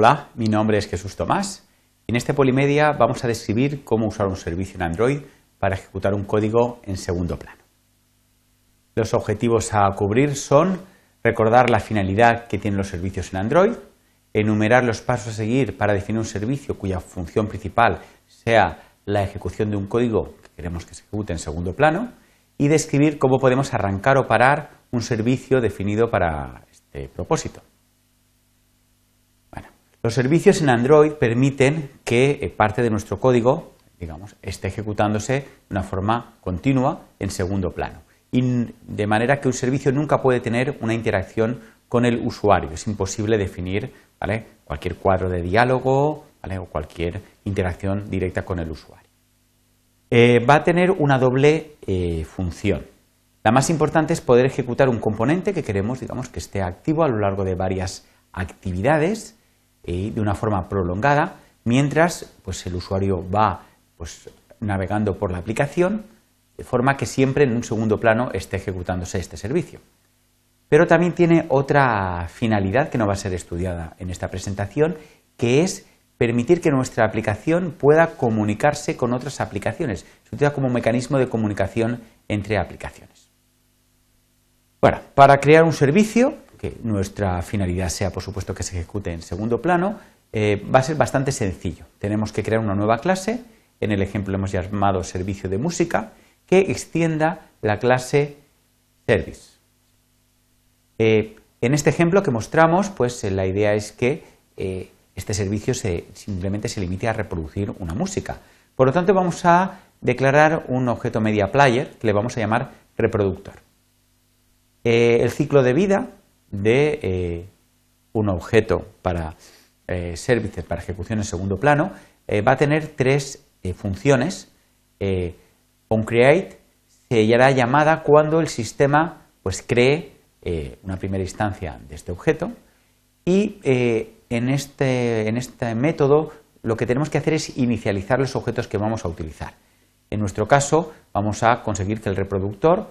Hola, mi nombre es Jesús Tomás y en este Polimedia vamos a describir cómo usar un servicio en Android para ejecutar un código en segundo plano. Los objetivos a cubrir son recordar la finalidad que tienen los servicios en Android, enumerar los pasos a seguir para definir un servicio cuya función principal sea la ejecución de un código que queremos que se ejecute en segundo plano y describir cómo podemos arrancar o parar un servicio definido para este propósito. Los servicios en Android permiten que parte de nuestro código, esté ejecutándose de una forma continua en segundo plano. Y de manera que un servicio nunca puede tener una interacción con el usuario. Es imposible definir cualquier cuadro de diálogo o cualquier interacción directa con el usuario. Va a tener una doble función. La más importante es poder ejecutar un componente que queremos que esté activo a lo largo de varias actividades de una forma prolongada, mientras el usuario va navegando por la aplicación, de forma que siempre en un segundo plano esté ejecutándose este servicio. Pero también tiene otra finalidad que no va a ser estudiada en esta presentación, que es permitir que nuestra aplicación pueda comunicarse con otras aplicaciones. Se utiliza como mecanismo de comunicación entre aplicaciones. Bueno, para crear un servicio, que nuestra finalidad sea, por supuesto, que se ejecute en segundo plano, va a ser bastante sencillo. Tenemos que crear una nueva clase, en el ejemplo hemos llamado servicio de música, que extienda la clase service. En este ejemplo que mostramos, la idea es que este servicio simplemente se limite a reproducir una música. Por lo tanto, vamos a declarar un objeto media player que le vamos a llamar reproductor. El ciclo de vida de un objeto para services para ejecución en segundo plano va a tener tres funciones. OnCreate será llamada cuando el sistema cree una primera instancia de este objeto y en este método lo que tenemos que hacer es inicializar los objetos que vamos a utilizar. En nuestro caso vamos a conseguir que el reproductor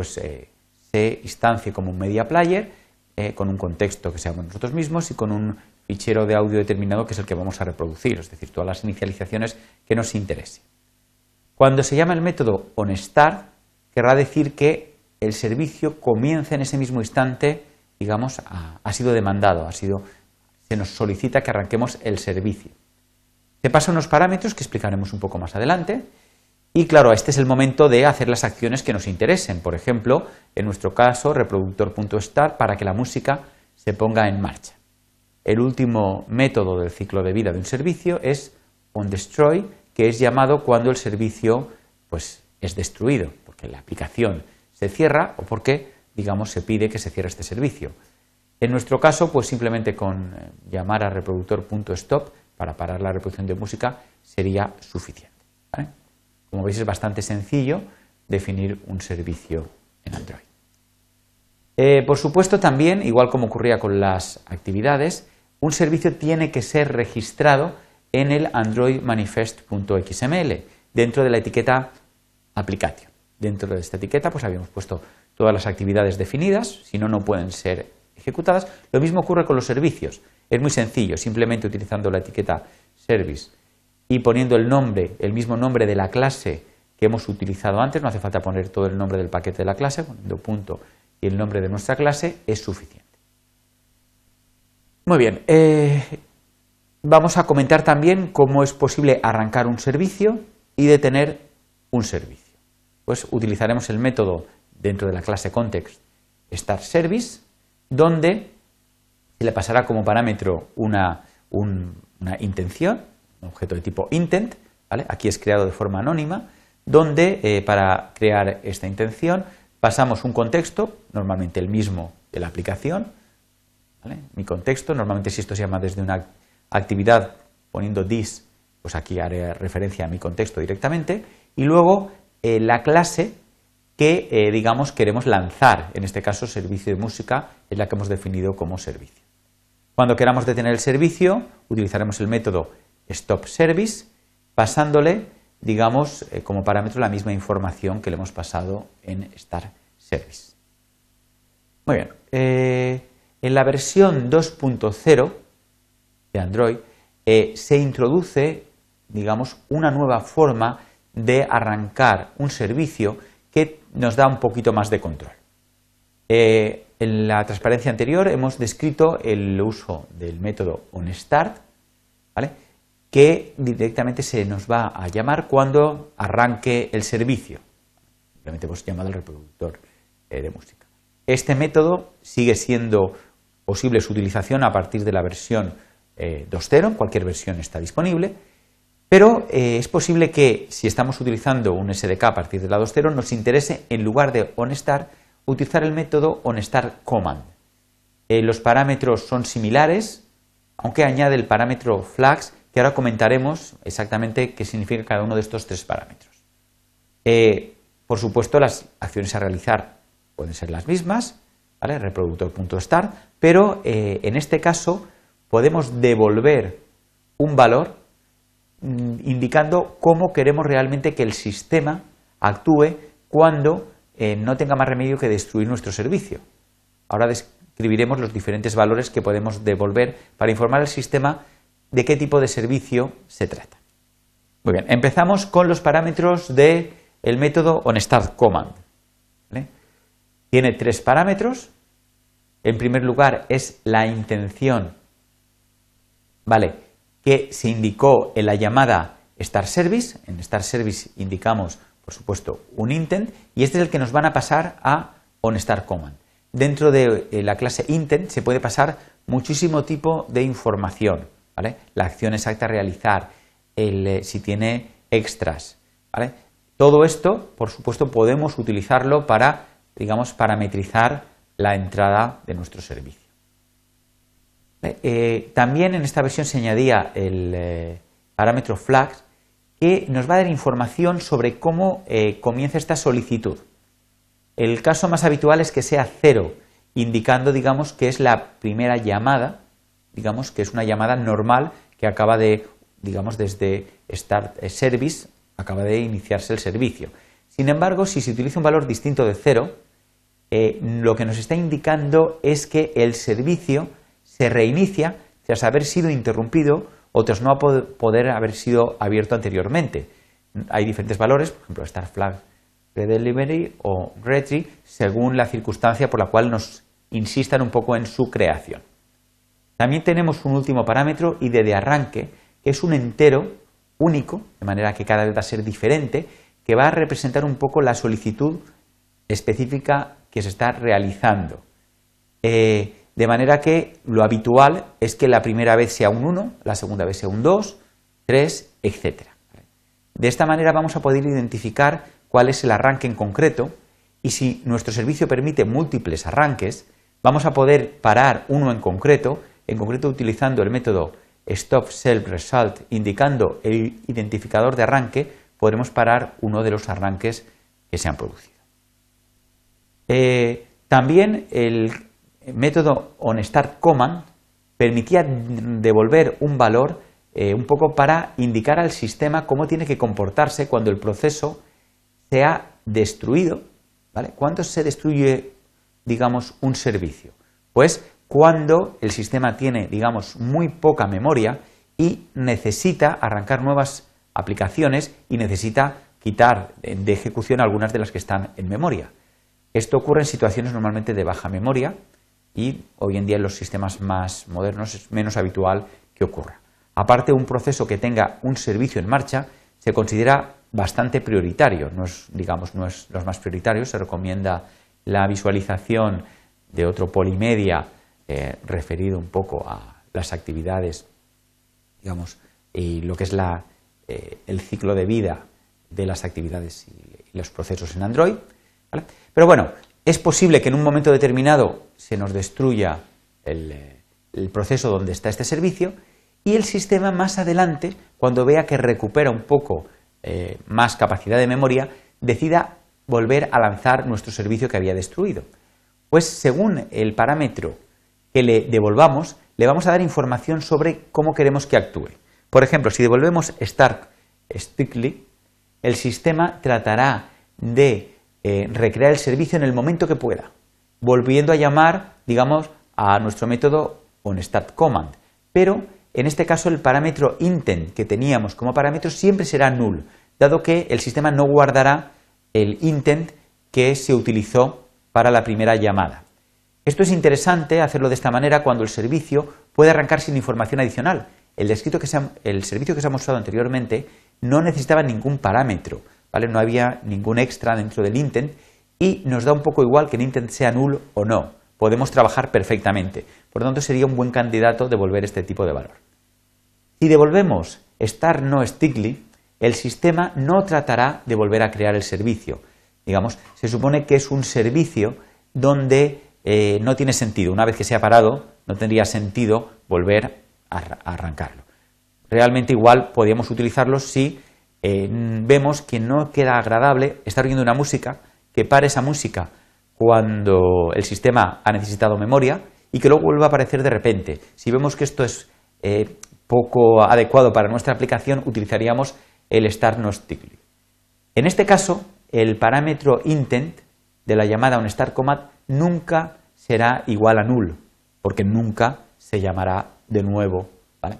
se instancie como un media player con un contexto que seamos nosotros mismos y con un fichero de audio determinado que es el que vamos a reproducir, es decir, todas las inicializaciones que nos interesen. Cuando se llama el método onStart, querrá decir que el servicio comienza en ese mismo instante, ha sido demandado, se nos solicita que arranquemos el servicio. Se pasan unos parámetros que explicaremos un poco más adelante. Y claro, este es el momento de hacer las acciones que nos interesen. Por ejemplo, en nuestro caso, reproductor.start para que la música se ponga en marcha. El último método del ciclo de vida de un servicio es onDestroy, que es llamado cuando el servicio es destruido, porque la aplicación se cierra o porque, se pide que se cierre este servicio. En nuestro caso, simplemente con llamar a reproductor.stop para parar la reproducción de música sería suficiente, ¿vale? Como veis, es bastante sencillo definir un servicio en Android. Por supuesto, también, igual como ocurría con las actividades, un servicio tiene que ser registrado en el Android manifest.xml, dentro de la etiqueta application. Dentro de esta etiqueta habíamos puesto todas las actividades definidas, si no, no pueden ser ejecutadas. Lo mismo ocurre con los servicios. Es muy sencillo, simplemente utilizando la etiqueta service y poniendo el mismo nombre de la clase que hemos utilizado antes, no hace falta poner todo el nombre del paquete de la clase, poniendo punto y el nombre de nuestra clase es suficiente. Muy bien, vamos a comentar también cómo es posible arrancar un servicio y detener un servicio. Utilizaremos el método dentro de la clase context startService, donde se le pasará como parámetro una intención, un objeto de tipo intent, ¿vale? Aquí es creado de forma anónima, donde para crear esta intención pasamos un contexto, normalmente el mismo de la aplicación, ¿vale? Mi contexto, normalmente si esto se llama desde una actividad poniendo this, aquí haré referencia a mi contexto directamente, y luego la clase que queremos lanzar, en este caso servicio de música, es la que hemos definido como servicio. Cuando queramos detener el servicio, utilizaremos el método stopService, pasándole, como parámetro la misma información que le hemos pasado en startService. Muy bien. En la versión 2.0 de Android, se introduce, digamos, una nueva forma de arrancar un servicio que nos da un poquito más de control. En la transparencia anterior hemos descrito el uso del método onStart, ¿vale?, que directamente se nos va a llamar cuando arranque el servicio. Simplemente hemos llamado al reproductor de música. Este método sigue siendo posible su utilización a partir de la versión 2.0, cualquier versión está disponible, pero es posible que si estamos utilizando un SDK a partir de la 2.0 nos interese, en lugar de onStart, utilizar el método onStartCommand. Los parámetros son similares, aunque añade el parámetro flags, que ahora comentaremos exactamente qué significa cada uno de estos tres parámetros. Por supuesto, las acciones a realizar pueden ser las mismas, ¿vale? Reproductor.start, pero en este caso podemos devolver un valor indicando cómo queremos realmente que el sistema actúe cuando no tenga más remedio que destruir nuestro servicio. Ahora describiremos los diferentes valores que podemos devolver para informar al sistema de qué tipo de servicio se trata. Muy bien, empezamos con los parámetros del método onStartCommand, ¿vale? Tiene tres parámetros. En primer lugar es la intención, ¿vale?, que se indicó en la llamada StartService. En StartService indicamos, por supuesto, un intent, y este es el que nos van a pasar a onStartCommand. Dentro de la clase intent se puede pasar muchísimo tipo de información, ¿vale? La acción exacta a realizar, si tiene extras, ¿vale? Todo esto, por supuesto, podemos utilizarlo para, digamos, parametrizar la entrada de nuestro servicio. También en esta versión se añadía el parámetro flags, que nos va a dar información sobre cómo comienza esta solicitud. El caso más habitual es que sea 0, indicando, digamos, que es la primera llamada, digamos que es una llamada normal que acaba de, digamos, desde Start Service, acaba de iniciarse el servicio. Sin embargo, si se utiliza un valor distinto de 0, lo que nos está indicando es que el servicio se reinicia tras haber sido interrumpido o tras no poder haber sido abierto anteriormente. Hay diferentes valores, por ejemplo, Start Flag Redelivery o Retry, según la circunstancia por la cual nos insistan un poco en su creación. También tenemos un último parámetro, ID de arranque, que es un entero único, de manera que cada vez va a ser diferente, que va a representar un poco la solicitud específica que se está realizando. De manera que lo habitual es que la primera vez sea un 1, la segunda vez sea un 2, 3, etc. De esta manera vamos a poder identificar cuál es el arranque en concreto, y si nuestro servicio permite múltiples arranques, vamos a poder parar uno en concreto utilizando el método StopSelfResult, indicando el identificador de arranque, podremos parar uno de los arranques que se han producido. También el método onStartCommand permitía devolver un valor un poco para indicar al sistema cómo tiene que comportarse cuando el proceso se ha destruido, ¿vale? ¿Cuándo se destruye, digamos, un servicio? Pues cuando el sistema tiene, digamos, muy poca memoria y necesita arrancar nuevas aplicaciones y necesita quitar de ejecución algunas de las que están en memoria. Esto ocurre en situaciones normalmente de baja memoria y hoy en día en los sistemas más modernos es menos habitual que ocurra. Aparte, un proceso que tenga un servicio en marcha se considera bastante prioritario, no es los más prioritarios. Se recomienda la visualización de otro polimedia referido un poco a las actividades, digamos, y lo que es el ciclo de vida de las actividades y los procesos en Android, ¿vale? Pero bueno, es posible que en un momento determinado se nos destruya el proceso donde está este servicio y el sistema más adelante, cuando vea que recupera un poco más capacidad de memoria, decida volver a lanzar nuestro servicio que había destruido. Pues según el parámetro que le devolvamos, le vamos a dar información sobre cómo queremos que actúe. Por ejemplo, si devolvemos Start Strictly, el sistema tratará de recrear el servicio en el momento que pueda, volviendo a llamar, digamos, a nuestro método onStartCommand, pero en este caso el parámetro intent que teníamos como parámetro siempre será null, dado que el sistema no guardará el intent que se utilizó para la primera llamada. Esto es interesante hacerlo de esta manera cuando el servicio puede arrancar sin información adicional. El servicio que se ha mostrado anteriormente no necesitaba ningún parámetro, ¿vale? No había ningún extra dentro del intent y nos da un poco igual que el intent sea null o no. Podemos trabajar perfectamente. Por lo tanto, sería un buen candidato devolver este tipo de valor. Si devolvemos star no strictly, el sistema no tratará de volver a crear el servicio. Digamos, se supone que es un servicio donde no tiene sentido. Una vez que se ha parado, no tendría sentido volver a arrancarlo. Realmente igual podríamos utilizarlo si vemos que no queda agradable estar oyendo una música, que pare esa música cuando el sistema ha necesitado memoria y que luego vuelva a aparecer de repente. Si vemos que esto es poco adecuado para nuestra aplicación, utilizaríamos el start no strictly. En este caso, el parámetro intent de la llamada onStartCommand nunca será igual a null, porque nunca se llamará de nuevo, ¿vale?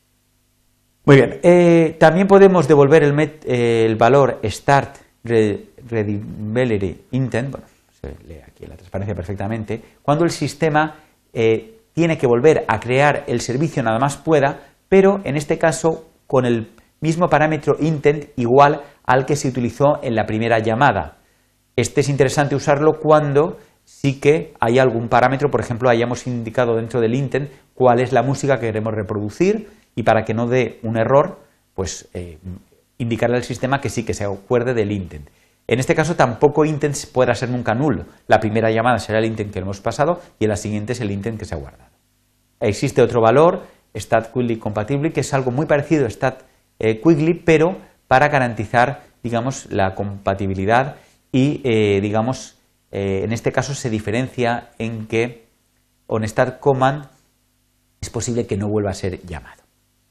Muy bien, también podemos devolver el valor start readability intent, bueno, se lee aquí en la transparencia perfectamente, cuando el sistema tiene que volver a crear el servicio nada más pueda, pero en este caso con el mismo parámetro intent igual al que se utilizó en la primera llamada. Este es interesante usarlo cuando sí que hay algún parámetro, por ejemplo, hayamos indicado dentro del intent cuál es la música que queremos reproducir y para que no dé un error, pues indicarle al sistema que sí que se acuerde del intent. En este caso tampoco intent podrá ser nunca null. La primera llamada será el intent que hemos pasado y en la siguiente es el intent que se ha guardado. Existe otro valor, StatQuickly Compatible, que es algo muy parecido a StatQuickly, pero para garantizar, digamos, la compatibilidad y, en este caso se diferencia en que onStartCommand es posible que no vuelva a ser llamado.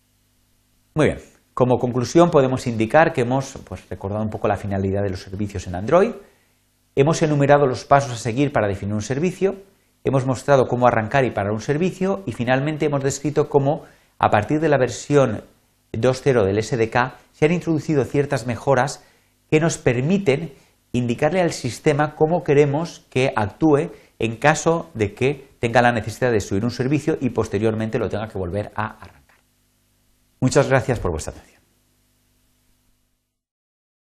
Muy bien, como conclusión podemos indicar que hemos recordado un poco la finalidad de los servicios en Android, hemos enumerado los pasos a seguir para definir un servicio, hemos mostrado cómo arrancar y parar un servicio y finalmente hemos descrito cómo a partir de la versión 2.0 del SDK se han introducido ciertas mejoras que nos permiten indicarle al sistema cómo queremos que actúe en caso de que tenga la necesidad de subir un servicio y posteriormente lo tenga que volver a arrancar. Muchas gracias por vuestra atención.